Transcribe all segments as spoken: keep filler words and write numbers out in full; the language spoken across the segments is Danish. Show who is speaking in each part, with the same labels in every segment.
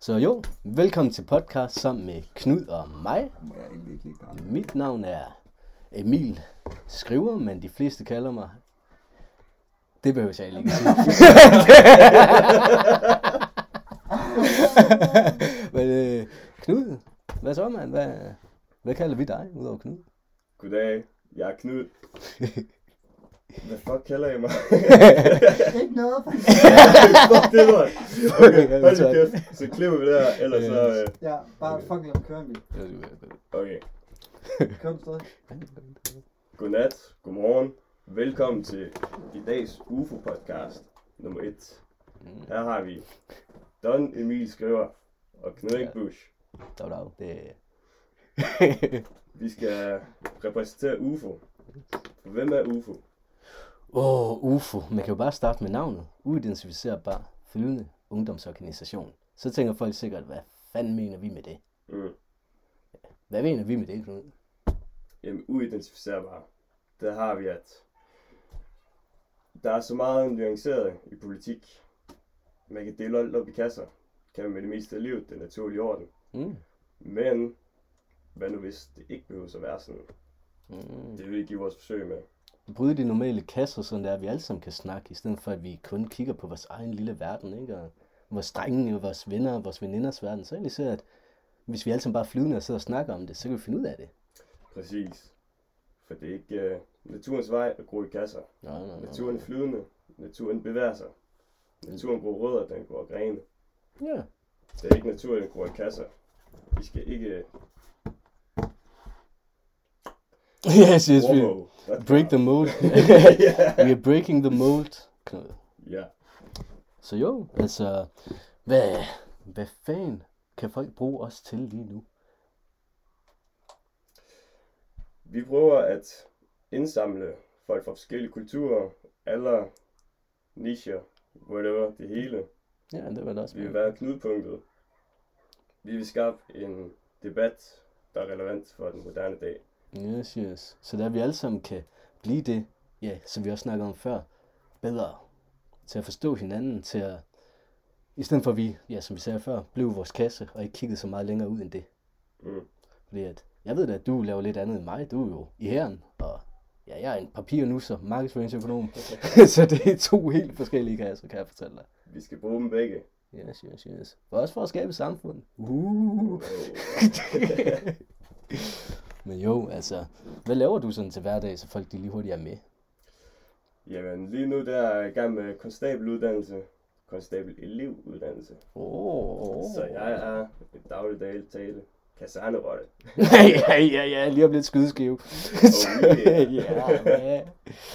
Speaker 1: Så jo, velkommen til podcast sammen med Knud og mig.
Speaker 2: Må jeg egentlig ikke lige gøre det?
Speaker 1: Mit navn er Emil Skriver, men de fleste kalder mig... Det behøver jeg ikke sige. Men øh, Knud, hvad så, mand? Hvad, hvad kalder vi dig, udover Knud?
Speaker 3: Goddag, jeg er Knud. Hvad fuck kalder I mig?
Speaker 2: Ikke noget, faktisk.
Speaker 3: Fuck det, lort. Okay, hold din kæft. Så klipper vi det her, ellers så... Øh...
Speaker 2: Ja, bare fuck lad mig køre en bil.
Speaker 3: Okay.
Speaker 2: Kør du stadig?
Speaker 3: Godnat, godmorgen. Velkommen til i dags U F O-podcast nummer et. Her har vi Don Emil Skriver og Knud Busch.
Speaker 1: Dag, dag. Det...
Speaker 3: Vi skal repræsentere U F O. Hvem er U F O?
Speaker 1: Åh, oh, U F O. Man kan jo bare starte med navnet. Uidentificerbar flydende ungdomsorganisation. Så tænker folk sikkert, hvad fanden mener vi med det?
Speaker 3: Mm.
Speaker 1: Hvad mener vi med det, Knud?
Speaker 3: Jamen, uidentificerbar. Der har vi, at der er så meget nuanceret i politik. Man kan dele alt op i kasser. Kan man med det meste af livet, det er naturlig orden.
Speaker 1: Mm.
Speaker 3: Men, hvad nu hvis det ikke behøver at være sådan?
Speaker 1: Mm.
Speaker 3: Det vil vi give vores forsøg med.
Speaker 1: Bryde de normale kasser, sådan der, at vi alle sammen kan snakke, i stedet for at vi kun kigger på vores egen lille verden, ikke? Og vores drenge, vores venner og vores veninders verden. Så egentlig ser at hvis vi alle sammen bare er flydende og sidder og snakker om det, så kan vi finde ud af det.
Speaker 3: Præcis. For det er ikke uh, naturens vej at gro i kasser.
Speaker 1: Nej, nej, nej.
Speaker 3: Naturen er flydende. Naturen bevæger sig. Naturen gror rødder, den gror grene.
Speaker 1: Ja.
Speaker 3: Det er ikke naturen, der gror i kasser. Vi skal ikke...
Speaker 1: Yes, yes, we
Speaker 3: Wow.
Speaker 1: break the mold.
Speaker 3: Yeah.
Speaker 1: We are breaking the mold. Knud.
Speaker 3: Ja.
Speaker 1: Så jo, altså, hvad, hvad fanden kan folk bruge os til lige nu?
Speaker 3: Vi prøver at indsamle folk fra forskellige kulturer, alder, nicher, whatever, det hele.
Speaker 1: Ja, det var det også.
Speaker 3: Vi vil være knudepunktet. Vi vil skabe en debat, der er relevant for den moderne dag.
Speaker 1: Yes, yes. Så der vi alle sammen kan blive det, ja, som vi også snakkede om før, bedre til at forstå hinanden, til at, i stedet for at vi, ja, som vi sagde før, blev vores kasse, og ikke kiggede så meget længere ud end det.
Speaker 3: Mm.
Speaker 1: Fordi at, jeg ved da, at du laver lidt andet end mig, du er jo i hæren, og ja, jeg er en papirnusser, markedsføringsøkonom, så det er to helt forskellige kasser, kan jeg fortælle dig.
Speaker 3: Vi skal bruge dem begge.
Speaker 1: Yes, yes, yes. Og også for at skabe et samfund. Uh.
Speaker 3: Oh.
Speaker 1: Men jo, altså, hvad laver du sådan til hverdag, så folk de lige hurtigt er med?
Speaker 3: Jamen, lige nu der er jeg i gang med konstabeluddannelse. Konstabel-elevuddannelse.
Speaker 1: Oh.
Speaker 3: Så jeg er et dagligdags tale kasernerotte.
Speaker 1: ja, ja, ja, lige om lidt skydeskive.
Speaker 3: Oh, yeah.
Speaker 1: ja, ja.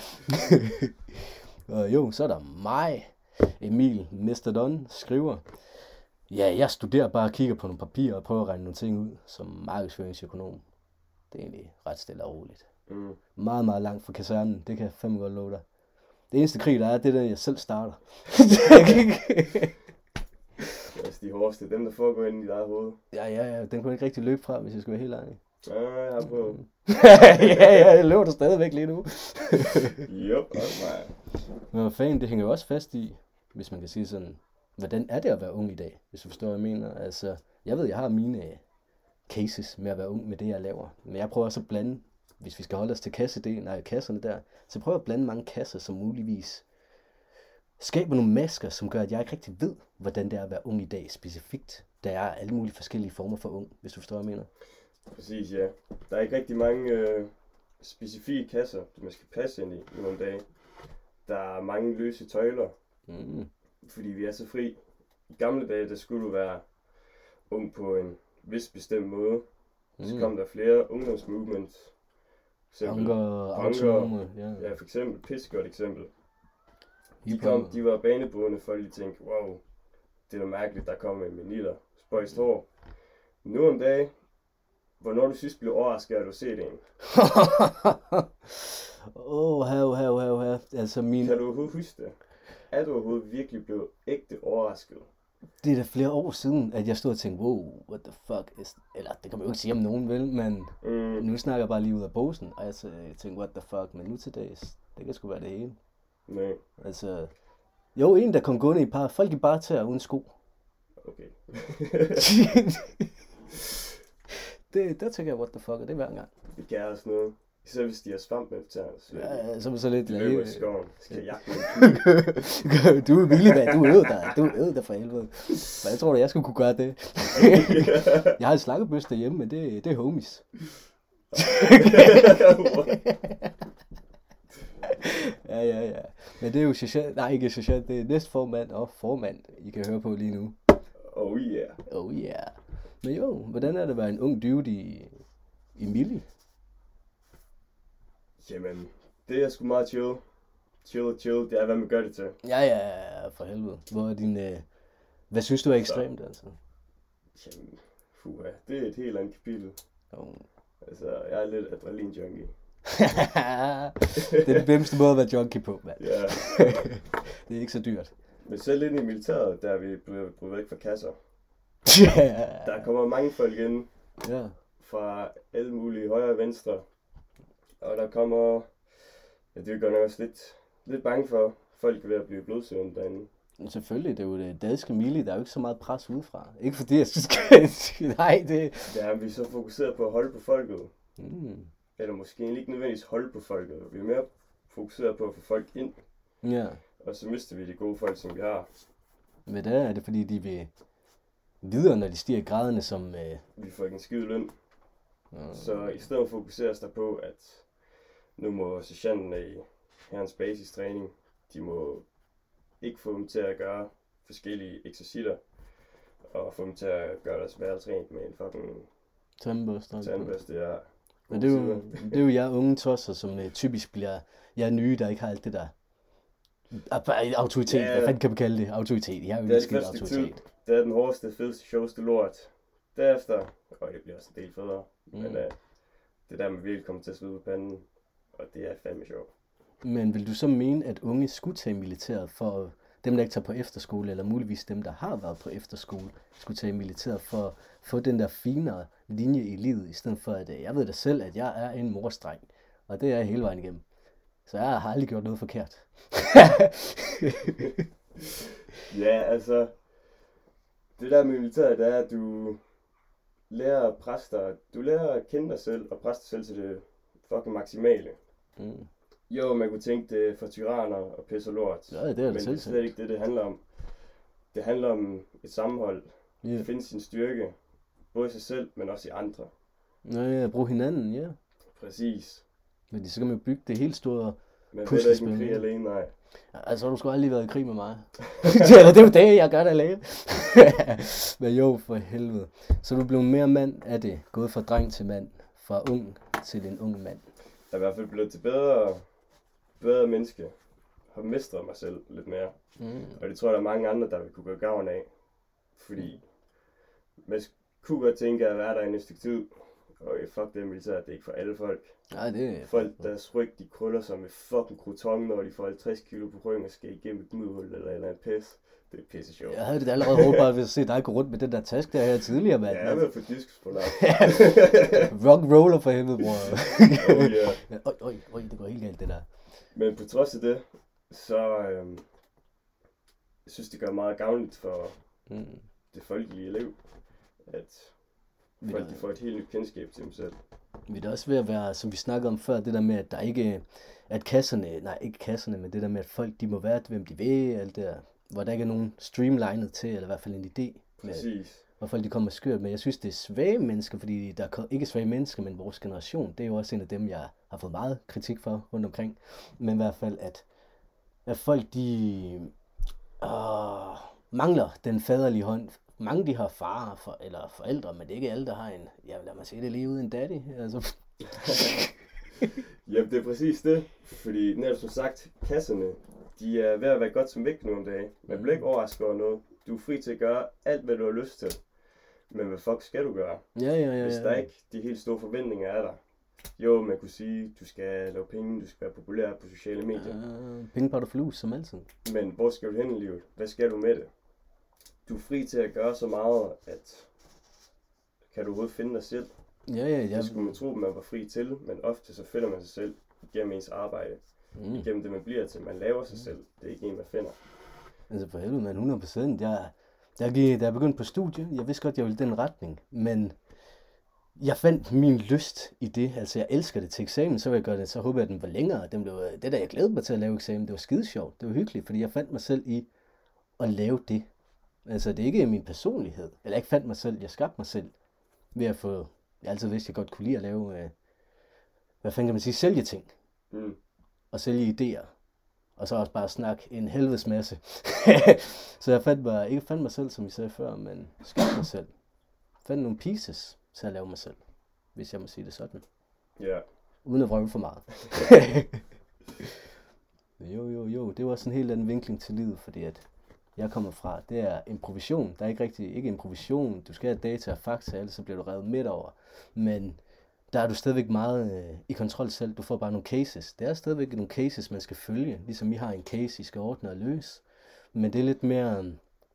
Speaker 1: Og jo, så er der mig, Emil, mister Don, skriver. Ja, jeg studerer bare og kigger på nogle papirer og prøver at regne nogle ting ud som markedsføringsøkonom. Det er egentlig ret stille og roligt.
Speaker 3: Mm.
Speaker 1: Meget, meget langt fra kasernen, det kan jeg fandme godt love dig. Det eneste krig, der er, det er den, jeg selv starter.
Speaker 3: Det er altså de hårdeste, dem der foregår ind i dit eget hoved.
Speaker 1: ja, ja, ja, den kunne jeg ikke rigtig løbe fra, hvis jeg skulle være helt ærlig.
Speaker 3: Ja, jeg har prøvet.
Speaker 1: ja, ja, jeg løber der stadigvæk lige nu.
Speaker 3: Yup, også mig.
Speaker 1: Men hvad fanden, det hænger jo også fast i, hvis man kan sige sådan, hvordan er det at være ung i dag, hvis du forstår, hvad jeg mener. Altså, jeg ved, jeg har mine cases med at være ung med det, jeg laver. Men jeg prøver også at blande, hvis vi skal holde os til kassedelen, nej, kasserne der, så prøver jeg at blande mange kasser, som muligvis skaber nogle masker, som gør, at jeg ikke rigtig ved, hvordan det er at være ung i dag specifikt. Der er alle mulige forskellige former for ung, hvis du forstår, hvad jeg mener.
Speaker 3: Præcis, ja. Der er ikke rigtig mange øh, specifikke kasser, man skal passe ind i i nogle dage. Der er mange løse tøjler,
Speaker 1: Mm.
Speaker 3: fordi vi er så fri. I gamle dage, der skulle du være ung på en vis bestemt måde. Mm. Så kom der flere ungdomsmovements.
Speaker 1: Anker, autonome, ja.
Speaker 3: Ja, for eksempel, pissegodt eksempel. De,
Speaker 1: Hiphop.
Speaker 3: kom, de var banebrydende, folk de tænkte, wow, det er noget mærkeligt, der kommer en menitter, spøjst hår. Nu om dagen, hvornår du sidst blev overrasket, at du set en?
Speaker 1: Åh, oh, hav, hav, hav, hav. Altså min...
Speaker 3: Kan du overhovedet huske det? Er du overhovedet virkelig blevet ægte overrasket?
Speaker 1: Det er da flere år siden, at jeg stod og tænkte, wow, what the fuck is... Eller det kan man jo ikke sige, om nogen vil, men
Speaker 3: Mm.
Speaker 1: nu snakker jeg bare lige ud af posen, og jeg tænkte, what the fuck, men nu til dags, det kan sgu være det hele.
Speaker 3: Nej.
Speaker 1: Altså, jo, en der kom gående i et par, folk i bare tager uden sko.
Speaker 3: Okay.
Speaker 1: det, der tænker jeg, what the fuck, er det hver gang?
Speaker 3: Det kan også noget. Især hvis de har svamp med tæerne. Så
Speaker 1: Ja, så er man så lidt...
Speaker 3: de løber i skoven. Skal jeg jagte en kugle.
Speaker 1: Du er villig, mand. Du øvede dig. Du øvede dig for helvede. Men jeg tror da, jeg skulle kunne gøre det. Jeg har en slangebøs derhjemme, men det, det er homies. ja, ja, ja. Men det er jo social... Nej, ikke social. Det er næstformand og formand, I kan høre på lige nu.
Speaker 3: Oh yeah.
Speaker 1: Oh yeah. Men jo, hvordan er det at være en ung dude i, i Milli?
Speaker 3: Jamen, det er sgu meget chill. Chill, chill. Det er, hvad man gør det til.
Speaker 1: Ja, ja, ja, for helvede. Hvor er din... Øh... Hvad synes du er ekstremt, altså?
Speaker 3: Jamen, fuha. Det er et helt andet kapitel.
Speaker 1: Oh.
Speaker 3: Altså, jeg er lidt adrenalin-junkie.
Speaker 1: Det er den nemmeste måde at være junkie på, mand.
Speaker 3: Ja.
Speaker 1: Det er ikke så dyrt.
Speaker 3: Men selv inde i militæret, der er vi blevet brudt væk fra kasser. Der kommer mange folk ind
Speaker 1: Ja.
Speaker 3: fra alle mulige højre og venstre. Og der kommer, ja, det gør nok også lidt, lidt bange for, folk ved at blive blodsøgende derinde.
Speaker 1: Selvfølgelig, det er jo det danske Milli, der er jo ikke så meget pres udefra. Ikke fordi jeg synes, nej, det...
Speaker 3: Der er vi så fokuseret på at holde på folket.
Speaker 1: Mm.
Speaker 3: Eller måske egentlig ikke nødvendigvis holde på folket. Vi er mere fokuseret på at få folk ind.
Speaker 1: Ja.
Speaker 3: Og så mister vi de gode folk, som vi har.
Speaker 1: Men der er det, fordi de vil videre, når de stiger graderne, som... Øh...
Speaker 3: Vi får ikke en skide løn.
Speaker 1: Mm.
Speaker 3: Så i stedet fokuseres der på, at nu må sergeanten i herrens basistræning, de må ikke få dem til at gøre forskellige eksercitter, og få dem til at gøre deres væreltræning med en fucking
Speaker 1: Tandbørste.
Speaker 3: tandbørste. Ja.
Speaker 1: Men det er, jo, det er jo jer unge tosser, som uh, typisk bliver jer nye, der ikke har alt det der autoritet.
Speaker 3: Ja,
Speaker 1: Hvad fanden kan man kalde det? Autoritet. Jeg har jo
Speaker 3: det er
Speaker 1: ikke skidt
Speaker 3: første
Speaker 1: autoritet.
Speaker 3: tid. Det er den hårdeste, fedeste, sjoveste lort. Derefter, og det bliver også en del federe, mm. men uh, det er der, man virkelig kommer til at svide ud på panden, og det er fandme sjovt.
Speaker 1: Men vil du så mene, at unge skulle tage militæret for dem, der ikke tager på efterskole, eller muligvis dem, der har været på efterskole, skulle tage militæret for at få den der finere linje i livet, i stedet for at jeg ved da selv, at jeg er en morstreng, og det er jeg hele vejen igennem. Så jeg har aldrig gjort noget forkert.
Speaker 3: Ja, altså, det der med militæret, det er, at du lærer at presse dig, du lærer at kende dig selv, og presse dig selv til det fucking maksimale.
Speaker 1: Mm.
Speaker 3: Jo, man kunne tænke det for tyranner og pisse og lort,
Speaker 1: Ja, det er det
Speaker 3: men det er
Speaker 1: selv.
Speaker 3: slet ikke det, det handler om. Det handler om et sammenhold,
Speaker 1: Yeah.
Speaker 3: at finde sin styrke, både i sig selv, men også i andre.
Speaker 1: Nå ja, bruge hinanden, ja.
Speaker 3: Præcis.
Speaker 1: Men så kan man bygge det helt store...
Speaker 3: Man ved
Speaker 1: Puslespil.
Speaker 3: ikke en krig alene, nej.
Speaker 1: Altså, du skulle aldrig været i krig med mig. Eller det er jo det, jeg gør det alene. Men jo, for helvede. Så du blev mere mand af det. Gået fra dreng til mand. Fra ung til en ung mand.
Speaker 3: Jeg er i hvert fald blevet til bedre, bedre menneske. Har mestret mig selv lidt mere.
Speaker 1: Mm.
Speaker 3: Og det tror jeg, der er mange andre, der vil kunne gøre gavn af. Fordi man kunne godt tænke at være der i et stykke tid. Og fuck det militæret, det er ikke for alle folk.
Speaker 1: Nej, det er...
Speaker 3: Folk, deres ryg, de krøller sig med fucking kruton, når de får halvtreds kilo på ryggen og skal igennem et mudhul eller eller et pis. Det er pisse sjovt.
Speaker 1: Jeg havde det da allerede håbet bare ved at se dig gå rundt med den der taske der her tidligere, mand.
Speaker 3: Ja, jeg vil få diskusprolap.
Speaker 1: Rock roller for helvede, bror.
Speaker 3: Oh yeah.
Speaker 1: Øj, øj, øj, det går helt galt, det der.
Speaker 3: Men på trods af det, så øhm, jeg synes, det gør meget gavnligt for
Speaker 1: Mm.
Speaker 3: det folkelige liv, at
Speaker 1: Vi
Speaker 3: folk
Speaker 1: er-
Speaker 3: de får et helt nyt kendskab til dem selv.
Speaker 1: Vi er da også ved at være, som vi snakkede om før, det der med, at der ikke, at kasserne, nej ikke kasserne, men det der med, at folk de må være, hvem de vil, alt det der, hvor der ikke er nogen streamlinet til, eller i hvert fald en idé, med,
Speaker 3: Præcis.
Speaker 1: hvor folk de kommer skørt. Men jeg synes, det er svage mennesker, fordi der er ikke svage mennesker, men vores generation, det er jo også en af dem, jeg har fået meget kritik for rundt omkring. Men i hvert fald, at, at folk de øh, mangler den faderlige hånd. Mange de har far for, eller forældre, men det er ikke alle, der har en, ja lad mig se det lige uden daddy. Altså.
Speaker 3: Jamen, det er præcis det. Fordi, netop som sagt, kasserne, de er ved at være godt som vægt nogle dage. Man bliver ikke overrasket over noget. Du er fri til at gøre alt, hvad du har lyst til. Men hvad fuck skal du gøre?
Speaker 1: Ja, ja, ja.
Speaker 3: Hvis
Speaker 1: ja.
Speaker 3: der ikke de helt store forventninger er der. Jo, man kunne sige, du skal lave penge, du skal være populær på sociale medier.
Speaker 1: Uh, penge på flus, som altid.
Speaker 3: Men hvor skal du hen i livet? Hvad skal du med det? Du er fri til at gøre så meget, at kan du overhovedet finde dig selv?
Speaker 1: Ja, ja, ja.
Speaker 3: Det skulle man tro, man var fri til, men ofte så finder man sig selv igennem ens arbejde.
Speaker 1: Mm.
Speaker 3: Igennem det, man bliver til. Man laver sig selv. Det er ikke en, man finder.
Speaker 1: Altså for helvede, man, hundrede procent. Jeg, Da jeg, gik, da jeg begyndte på studie, jeg vidste godt, jeg ville i den retning, men jeg fandt min lyst i det. Altså, jeg elsker det til eksamen, så vil jeg gøre det, så håber jeg, at den var længere. Den blev, det der, jeg glædede mig til at lave eksamen, det var skide sjovt, det var hyggeligt, fordi jeg fandt mig selv i at lave det. Altså, det er ikke min personlighed, eller jeg ikke fandt mig selv, jeg skabte mig selv ved at få, jeg altid vidste, jeg godt kunne lide at lave, øh, hvad fanden kan man sige, sælge ting,
Speaker 3: Mm.
Speaker 1: og sælge idéer, og så også bare snakke en helvedes masse. Så jeg fandt mig, ikke fandt mig selv, som I sagde før, men skabte mig selv. Fandt nogle pieces til at lave mig selv, hvis jeg må sige det sådan.
Speaker 3: Ja.
Speaker 1: Uden at vrøvle for meget. jo, jo, jo. Det var også en helt anden vinkling til livet, fordi at jeg kommer fra, det er improvisation. Der er ikke rigtig, ikke improvisation. Du skal have data og fakta, ellers så bliver du revet midt over. Men der er du stadigvæk meget øh, i kontrol selv. Du får bare nogle cases. Det er stadigvæk nogle cases, man skal følge. Ligesom I har en case, I skal ordne og løse. Men det er lidt mere... Øh,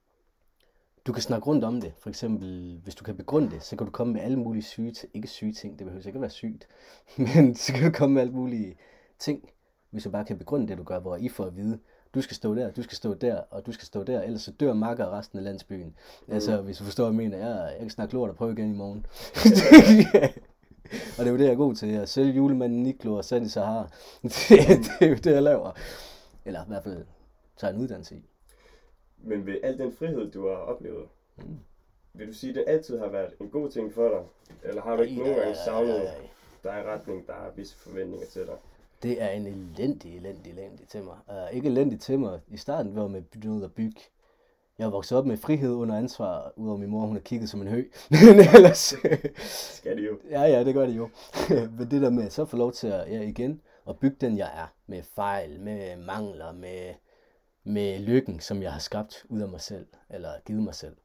Speaker 1: du kan snakke rundt om det. For eksempel, hvis du kan begrunde det, så kan du komme med alle mulige syge ting. Ikke syge ting, det behøver ikke at være sygt. Men så kan du komme med alle mulige ting, hvis du bare kan begrunde det, du gør, hvor I får at vide, du skal stå der, du skal stå der, og du skal stå der, ellers så dør makker resten af landsbyen. Mm. Altså, hvis du forstår, hvad jeg mener, jeg, jeg kan snakke lort og prøve igen i morgen. Og det er jo det, jeg er god til. Jeg sælger julemanden Niklo og Sand i Sahara. det, det er jo det, jeg laver. Eller i hvert fald tager en uddannelse i.
Speaker 3: Men ved al den frihed, du har oplevet,
Speaker 1: Mm.
Speaker 3: vil du sige, at det altid har været en god ting for dig? Eller har du ikke nogen gange savnet, der er retning, der er visse forventninger til dig?
Speaker 1: Det er en elendig, elendig, elendig til mig. Uh, ikke elendig til mig. I starten var jeg med at ud og bygge. Jeg er vokset op med frihed under ansvar, udover min mor, hun har kigget som en hø. Men ellers...
Speaker 3: Skal det jo.
Speaker 1: Ja, ja, det gør det jo. Men det der med så få lov til at, ja, igen, at bygge den, jeg er. Med fejl, med mangler, med, med lykken, som jeg har skabt ud af mig selv. Eller givet mig selv.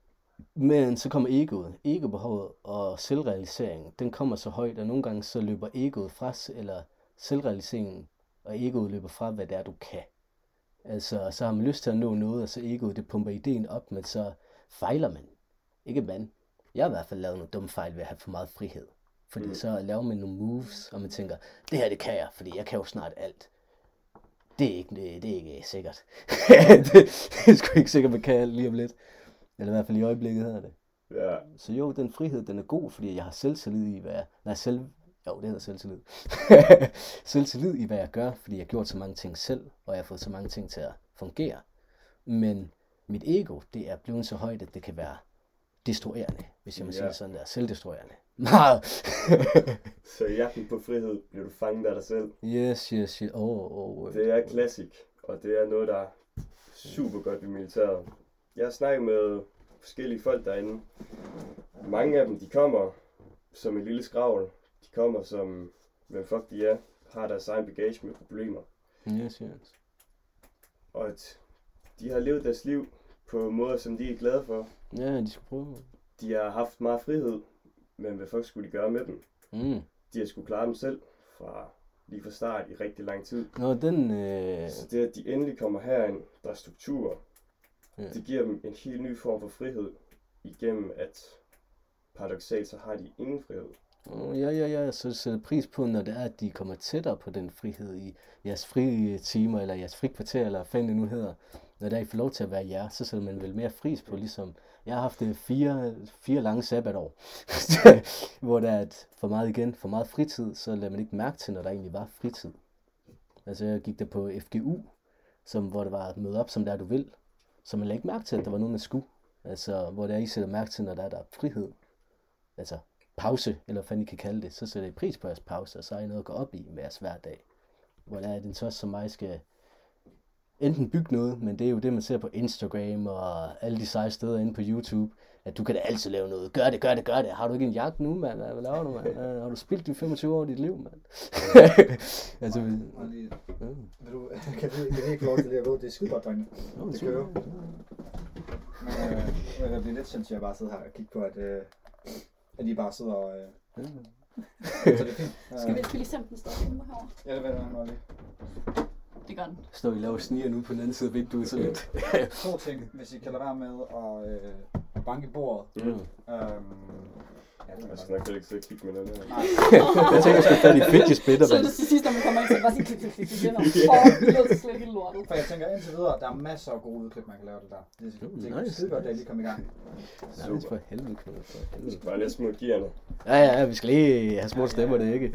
Speaker 1: Men så kommer egoet. Egobehovet og selvrealiseringen, den kommer så højt, og nogle gange så løber egoet fra, eller selvrealiseringen og egoet løber fra, hvad det er, du kan. Altså, så har man lyst til at nå noget, og så egoet, det pumper ideen op, men så fejler man. Ikke man. Jeg har i hvert fald lavet nogle dumme fejl ved at have for meget frihed. Fordi mm. så laver man nogle moves, og man tænker, det her, det kan jeg, fordi jeg kan jo snart alt. Det er ikke, det, det er ikke sikkert. det, det er sgu ikke sikkert, man kan alt lige om lidt. Eller i hvert fald i øjeblikket hedder det.
Speaker 3: Ja.
Speaker 1: Så jo, den frihed, den er god, fordi jeg har selvtillid i, hvad jeg... Nej, selv... Jo, det hedder selvtillid. Selvtillid i, hvad jeg gør, fordi jeg har gjort så mange ting selv, og jeg har fået så mange ting til at fungere. Men mit ego, det er blevet så højt, at det kan være destruerende, hvis jeg må
Speaker 3: Ja.
Speaker 1: sige det sådan der. Selvdestruerende. Meget.
Speaker 3: Så i jagten på frihed bliver du fanget af dig selv.
Speaker 1: Yes, yes, yes. Oh, oh,
Speaker 3: Det er klassik, og det er noget, der er super godt ved militæret. Jeg har snakket med forskellige folk derinde. Mange af dem, de kommer som en lille skravl. De kommer som, hvem fuck de er, har deres egen bagage med problemer.
Speaker 1: Yes, yes.
Speaker 3: Og at de har levet deres liv på måder, som de er glade for.
Speaker 1: Ja, de skal prøve.
Speaker 3: De har haft meget frihed, men hvad fuck skulle de gøre med den?
Speaker 1: Mm.
Speaker 3: De har skulle klare dem selv fra lige fra start i rigtig lang tid.
Speaker 1: Nå, den... Øh...
Speaker 3: Så det, at de endelig kommer herind, der er struktur,
Speaker 1: Ja.
Speaker 3: det giver dem en helt ny form for frihed, igennem at paradoksalt så har de ingen frihed.
Speaker 1: Oh, ja, ja, ja, så sætter pris på, når det er, at de kommer tættere på den frihed i jeres frie timer, eller jeres frikvarter, eller hvad fanden det nu hedder. Når der I får lov til at være jer, så sætter man vel mere pris på, ligesom jeg har haft fire, fire lange sabbatår, hvor der er et for meget igen, for meget fritid, så lader man ikke mærke til, når der egentlig var fritid. Altså jeg gik der på F G U, som, hvor det var at møde op, som der du vil, så man lagde ikke mærke til, at der var noget, man skulle. Altså, hvor der I sætter mærke til, når der er der er frihed. Altså, pause, eller hvad fanden I kan kalde det, så sætter I pris på jeres pause, og så er I noget at gå op i med jeres hverdag. Hvor der er den tøs, som mig skal enten bygge noget, men det er jo det, man ser på Instagram og alle de seje steder inde på YouTube, at du kan da altid lave noget. Gør det, gør det, gør det. Har du ikke en jagt nu, mand? Hvad laver du, mand? Har du spildt de femogtyve år af dit liv, mand? altså, vi...
Speaker 2: Og lige,
Speaker 1: ja.
Speaker 2: vil du, kan vi kan vi ikke få lov til lige at gå? Det er skide godt, drenge.
Speaker 1: Nå,
Speaker 2: Det kører. Men øh, jeg kan blive lidt sindssygt, at jeg bare sidder her og kigger på, at, øh, at I bare sidder og... Øh,
Speaker 1: Ja.
Speaker 2: så det er fint.
Speaker 4: Skal vi spille sammen den står hjemme herovre?
Speaker 2: Ja, det vender jeg lige.
Speaker 4: Det gør den.
Speaker 1: Står I laver sniger nu på den anden side af vinduet, så lidt.
Speaker 2: To ting, hvis I kan lade være med at, øh, at banke i bordet.
Speaker 3: Mm.
Speaker 2: Øhm, Ja, det er
Speaker 3: Jeg
Speaker 2: godt.
Speaker 3: skal nok heller ikke sidde og kigge med den her.
Speaker 1: Jeg tænker, jeg skal fat i fidget spinner,
Speaker 4: Så er
Speaker 1: mand.
Speaker 4: det til sidst, når man kommer ind til, bare sige klik, klik, klik, klik, klik, og åh, det lød slet helt lortet.
Speaker 2: For jeg tænker indtil videre, der er masser af gode udklip, man kan lave det der. Det,
Speaker 1: Jo,
Speaker 2: det er
Speaker 1: nice,
Speaker 2: skide godt, da jeg
Speaker 1: nice.
Speaker 2: lige kom i gang.
Speaker 1: Nej, det er for helvede, Knud, for
Speaker 3: Vi
Speaker 1: helvede.
Speaker 3: skal bare lige små gearne.
Speaker 1: Ja, ja, ja, vi skal lige have små stemmer, det ikke?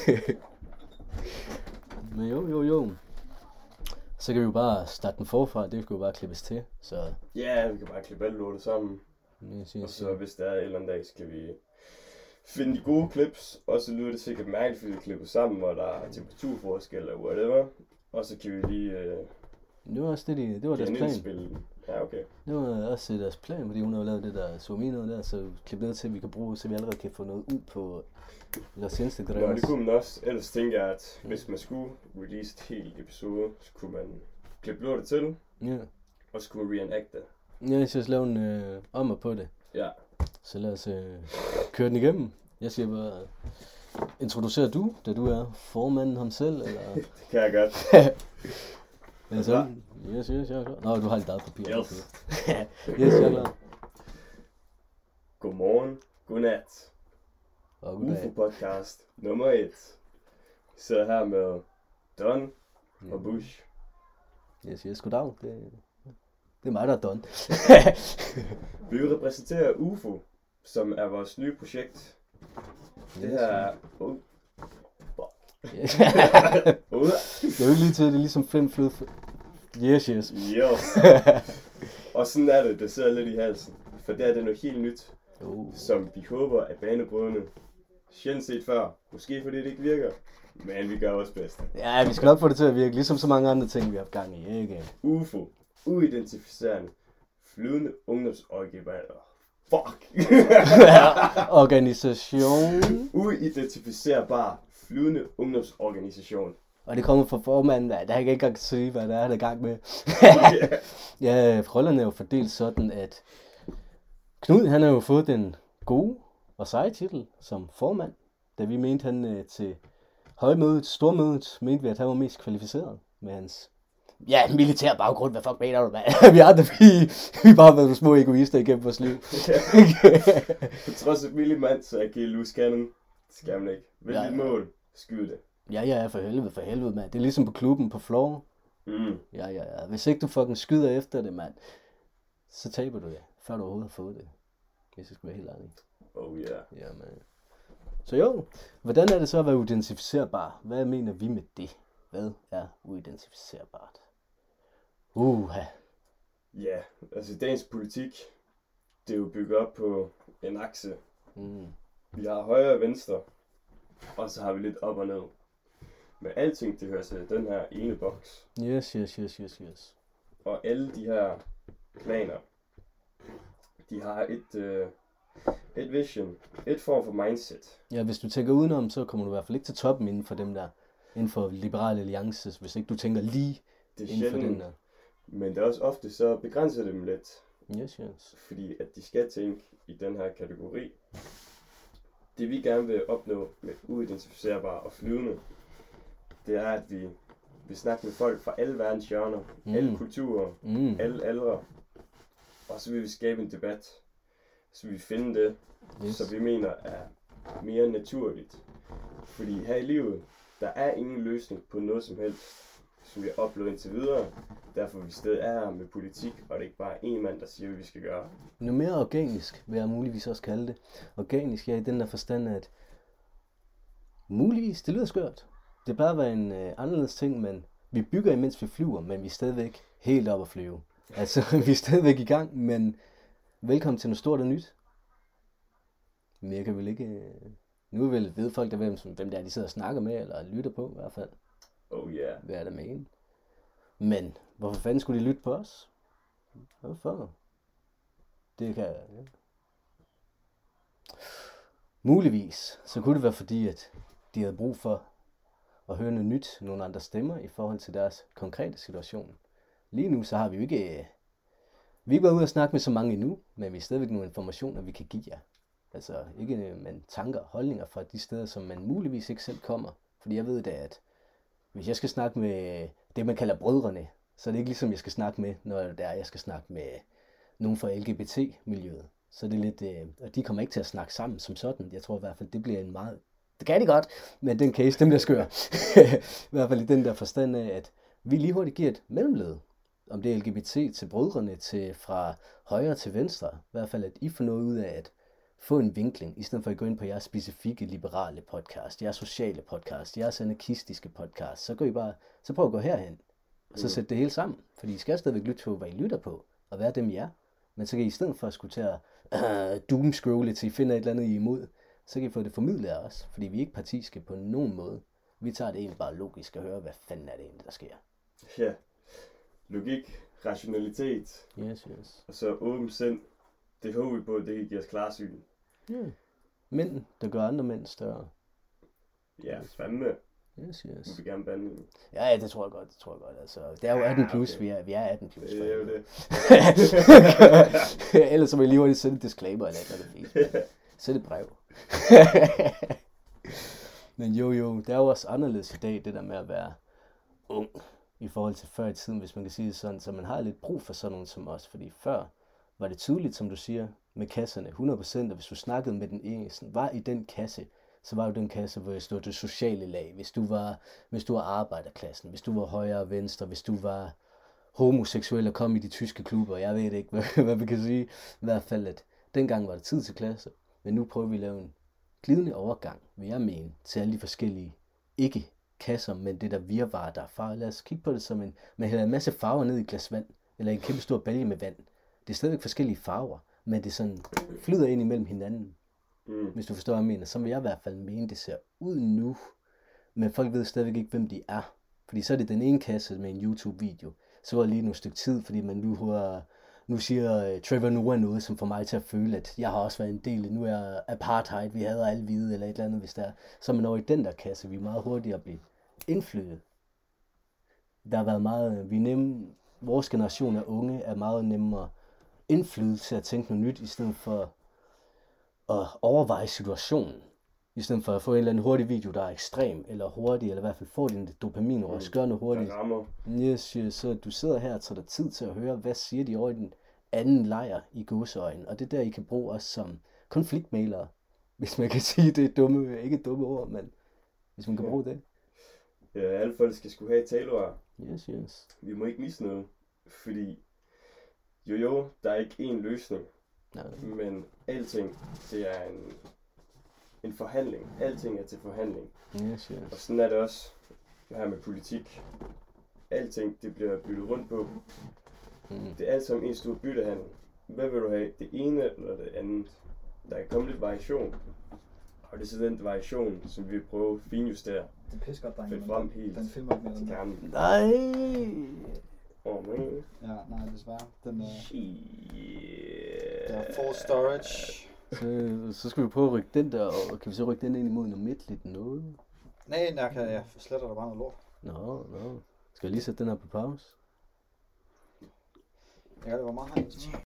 Speaker 1: Men jo, jo, jo. Så kan vi jo bare starte den forfra, det skal jo bare klippes til. Så
Speaker 3: Ja, vi kan bare klippe alt lortet sammen.
Speaker 1: jeg siger,
Speaker 3: Og så hvis der er en eller anden dag, skal vi finde de gode clips. Og så lyder det sikkert mærkeligt, fordi vi klipper sammen, hvor der er temperaturforskel eller whatever. Og så kan vi lige øh,
Speaker 1: det var også det, de, det var deres plan.
Speaker 3: genindspille. Ja, okay.
Speaker 1: Det var også deres plan, fordi hun har jo lavet det der zoom noget der, så klip ned til, at vi kan bruge, så vi allerede kan få noget ud på vores Instagram.
Speaker 3: Nå, det kunne man også. Ellers tænker jeg, at hvis man skulle release et helt episode, så kunne man klippe lortet til,
Speaker 1: Ja,
Speaker 3: og så kunne man reenacte det.
Speaker 1: jeg synes, lave en øh, ommer på det.
Speaker 3: Ja.
Speaker 1: Så lad os øh, køre den igennem. Jeg siger bare, introducerer du, da du er formanden ham selv, eller?
Speaker 3: Det kan jeg godt.
Speaker 1: Eller sådan? Yes, yes, jeg er klar. Nå, du har dit eget papir.
Speaker 3: Yes.
Speaker 1: Yes, jeg er klar.
Speaker 3: Godmorgen, godnat.
Speaker 1: Og
Speaker 3: U F
Speaker 1: goddag.
Speaker 3: O-podcast nummer et. Vi sidder her med Don og Bush.
Speaker 1: Yes, yes, goddag. Det, det er mig, der er done.
Speaker 3: Vi repræsenterer U F O, som er vores nye projekt. Det her er... Oh,
Speaker 1: Yes.
Speaker 3: oh,
Speaker 1: Det er jo ikke lige til, det er ligesom fem flød. Yes, yes.
Speaker 3: yes. Og sådan er det, det sidder lidt i halsen. For det er det noget helt nyt,
Speaker 1: Oh.
Speaker 3: som vi håber er banebrydende. Sjældent set før. Måske fordi det ikke virker. Men vi gør vores bedste.
Speaker 1: Ja, vi skal nok få det til at virke, ligesom så mange andre ting, vi har haft gang i, ikke?
Speaker 3: U F O. Uidentificerende. Flydende ungdomsorganisationer. Fuck!
Speaker 1: Organisation.
Speaker 3: Uidentificerbar flydende ungdomsorganisation.
Speaker 1: Og det kommer fra formanden, der, der kan ikke engang sige, hvad der er, der er i gang med. Ja, rollerne er jo fordelt sådan, at Knud, han har jo fået den gode og seje titel som formand, da vi mente han øh, til højmødet, stormødet, mente vi, at han var mest kvalificeret med hans ja, militær baggrund. Hvad fuck mener du, mand? Vi andre, vi, vi har bare været nogle små egoister igennem vores liv.
Speaker 3: På trods af milli mand, så er G L U scannen. Det skal man ikke. Vælg
Speaker 1: Ja,
Speaker 3: dit
Speaker 1: ja.
Speaker 3: mål. Skyd det.
Speaker 1: Ja, ja, for helvede, for helvede, mand. Det er ligesom på klubben på floor.
Speaker 3: Mm.
Speaker 1: Ja, ja, ja. Hvis ikke du fucking skyder efter det, mand, så taber du det, før du overhovedet har fået det. Hvis jeg skal være helt ærlig.
Speaker 3: Oh yeah.
Speaker 1: Ja, man. Så jo, hvordan er det så at være uidentificerbar? Hvad mener vi med det? Hvad er uidentificerbart? Uha.
Speaker 3: Ja, altså dagens politik, det er jo bygget op på en akse.
Speaker 1: Mm.
Speaker 3: Vi har højre og venstre, og så har vi lidt op og ned. Men alting, det hører til den her ene boks.
Speaker 1: Yes, yes, yes, yes, yes.
Speaker 3: Og alle de her planer, de har et, øh, et vision, et form for mindset.
Speaker 1: Ja, hvis du tænker udenom, så kommer du i hvert fald ikke til toppen inden for dem der, inden for Liberale Alliance, hvis ikke du tænker lige
Speaker 3: Det er
Speaker 1: inden for den
Speaker 3: sjældent,
Speaker 1: der.
Speaker 3: men det er også ofte så begrænser det dem lidt.
Speaker 1: Yes, yes.
Speaker 3: Fordi at de skal tænke i den her kategori. Det vi gerne vil opnå med uidentificerbare og flyvende, det er at vi vil snakke med folk fra alle verdens hjørner,
Speaker 1: Mm.
Speaker 3: alle kulturer,
Speaker 1: Mm.
Speaker 3: alle aldre. Og så vil vi skabe en debat, så vi finde det,
Speaker 1: Yes.
Speaker 3: så vi mener er mere naturligt. Fordi her i livet, der er ingen løsning på noget som helst, som vi har oplevet indtil videre. Derfor vi stadig er her med politik, og det er ikke bare en mand, der siger, hvad vi skal gøre.
Speaker 1: Noget mere organisk, vil jeg muligvis også kalde det. Organisk, ja, i den der forstand, at muligvis, det lyder skørt. Det plejer at være en øh, anderledes ting, men vi bygger imens vi flyver, men vi er stadigvæk helt op at flyve. Altså, vi er stadigvæk i gang, men velkommen til noget stort og nyt. Men jeg kan vel ikke... Øh, nu vil ved folk, der hvem, som- hvem det er, de sidder og snakker med, eller lytter på i hvert fald.
Speaker 3: Oh yeah.
Speaker 1: Hvad er der med en? Men hvorfor fanden skulle de lytte på os? Hvorfor? Det kan... Ja. Muligvis, så kunne det være fordi, at de havde brug for at høre noget nyt, nogle andre stemmer i forhold til deres konkrete situation. Lige nu, så har vi jo ikke... øh, Vi har ikke været ude og snakke med så mange endnu, men vi har stadigvæk nogle informationer, vi kan give jer. Altså ikke øh, men tanker og holdninger fra de steder, som man muligvis ikke selv kommer. Fordi jeg ved da, at hvis jeg skal snakke med det, man kalder brødrene, så er det ikke ligesom, jeg skal snakke med, når det er, jeg skal snakke med nogen fra L G B T-miljøet. Så det er lidt, øh, og de kommer ikke til at snakke sammen som sådan. Jeg tror i hvert fald, det bliver en meget, det kan de godt, men den case, dem bliver skør. I hvert fald i den der forstand af, at vi lige hurtigt giver et mellemled. Om det er L G B T til brødrene, til fra højre til venstre. I hvert fald, at I får noget ud af at få en vinkling, i stedet for at gå ind på jeres specifikke liberale podcast, jeres sociale podcast, jeres anarkistiske podcast. Så går I bare, så prøv at gå herhen, og så sætte det hele sammen. Fordi I skal stadigvæk lytte på, hvad I lytter på, og være dem I er. Men så kan I i stedet for at skulle til at uh, doomscrolle, til I finder et eller andet I er imod, så kan I få det formidlet af os. Fordi vi er ikke partiske på nogen måde. Vi tager det egentlig bare logisk og hører, hvad fanden er det egentlig, der sker.
Speaker 3: Ja. Logik, rationalitet,
Speaker 1: Yes, yes.
Speaker 3: og så åben sind. Det håber vi på, at det kan give os klarsyn.
Speaker 1: Yeah. Mænd, der gør andre mænd større.
Speaker 3: Ja, fandme.
Speaker 1: Yes, yes.
Speaker 3: Vi vil gerne bande.
Speaker 1: Ja, ja, det tror jeg godt, det tror jeg godt. Altså, det er jo atten plus,
Speaker 3: okay.
Speaker 1: vi er, vi er atten plus.
Speaker 3: Det er jo det.
Speaker 1: Ellers så vil jeg lige hurtigt sætte et disclaimer eller et eller andet fint. Sæt et brev. Men jo jo, det er jo også anderledes i dag, det der med at være ung i forhold til før i tiden, hvis man kan sige det sådan. Så man har lidt brug for sådan nogen som os, fordi før var det tydeligt, som du siger, med kasserne, hundrede procent, at hvis du snakkede med den ene, var i den kasse, så var jo den kasse, hvor jeg stod det sociale lag. Hvis du var, hvis du var arbejderklassen, hvis du var højre og venstre, hvis du var homoseksuel og kom i de tyske klubber, jeg ved ikke, hvad, hvad vi kan sige. I hvert fald, at dengang var det tid til klasse, men nu prøver vi at lave en glidende overgang, vil jeg mene, til alle de forskellige, ikke kasser, men det der virvar, der er farve. Lad os kigge på det som en, man hælder en masse farver ned i et glas vand, eller en kæmpe stor balje med vand. Det er stadigvæk forskellige farver, men det sådan flyder ind imellem hinanden. Mm. Hvis du forstår, hvad jeg mener, så vil jeg i hvert fald mene, det ser ud nu, men folk ved stadigvæk ikke, hvem de er. Fordi så er det den ene kasse med en YouTube-video, så går det lige nogle stykke tid, fordi man nu, har, nu siger uh, Trevor Noah noget, som får mig til at føle, at jeg har også været en del, nu er apartheid, vi havde alle hvide, eller et eller andet, hvis der er. Så er man over i den der kasse, vi er meget hurtigere at blive indflydet. Der har været meget, vi er nemme, vores generation af unge er meget nemmere indflydet til at tænke noget nyt, i stedet for at overveje situationen. I stedet for at få en eller anden hurtig video, der er ekstrem, eller hurtig, eller i hvert fald få din dopamin over, gør noget hurtigt. Yes, yes, så du sidder her og tager dig tid til at høre, hvad siger de over i den anden lejr i gåseøjne. Og det er der, I kan bruge os som konfliktmælere, hvis man kan sige det er dumme, ikke dumme ord, men hvis man kan bruge det.
Speaker 3: Ja, alle folk skal skulle have et talerør.
Speaker 1: Yes, yes.
Speaker 3: Vi må ikke misse noget, fordi jo jo, der er ikke én løsning,
Speaker 1: Nej.
Speaker 3: Men alting, det er en, en forhandling. Alting er til forhandling.
Speaker 1: Yes, yes.
Speaker 3: Og sådan er det også her med politik. Alting, det bliver byttet rundt på. Mm. Det er alt sammen en stor byttehandel. Hvad vil du have? Det ene eller det andet? Der kan komme lidt variation. Og det er så den variation, som vi prøver at finjustere.
Speaker 2: Det er pisse godt, drenge.
Speaker 3: Fedt frem helt.
Speaker 2: Den filmer ikke mere den der.
Speaker 1: Nej!
Speaker 3: Åh, oh, man.
Speaker 2: Ja, nej, desværre. Den er...
Speaker 3: Shit.
Speaker 2: Der er full storage.
Speaker 1: Så, så skal vi prøve at rykke den der, og kan vi så rykke den ind imod noget midtligt noget?
Speaker 2: Nej, jeg kan, jeg sletter der bare noget lort.
Speaker 1: Nå, nå. Skal jeg lige sætte den her på pause?
Speaker 2: Ja, det var meget hejt.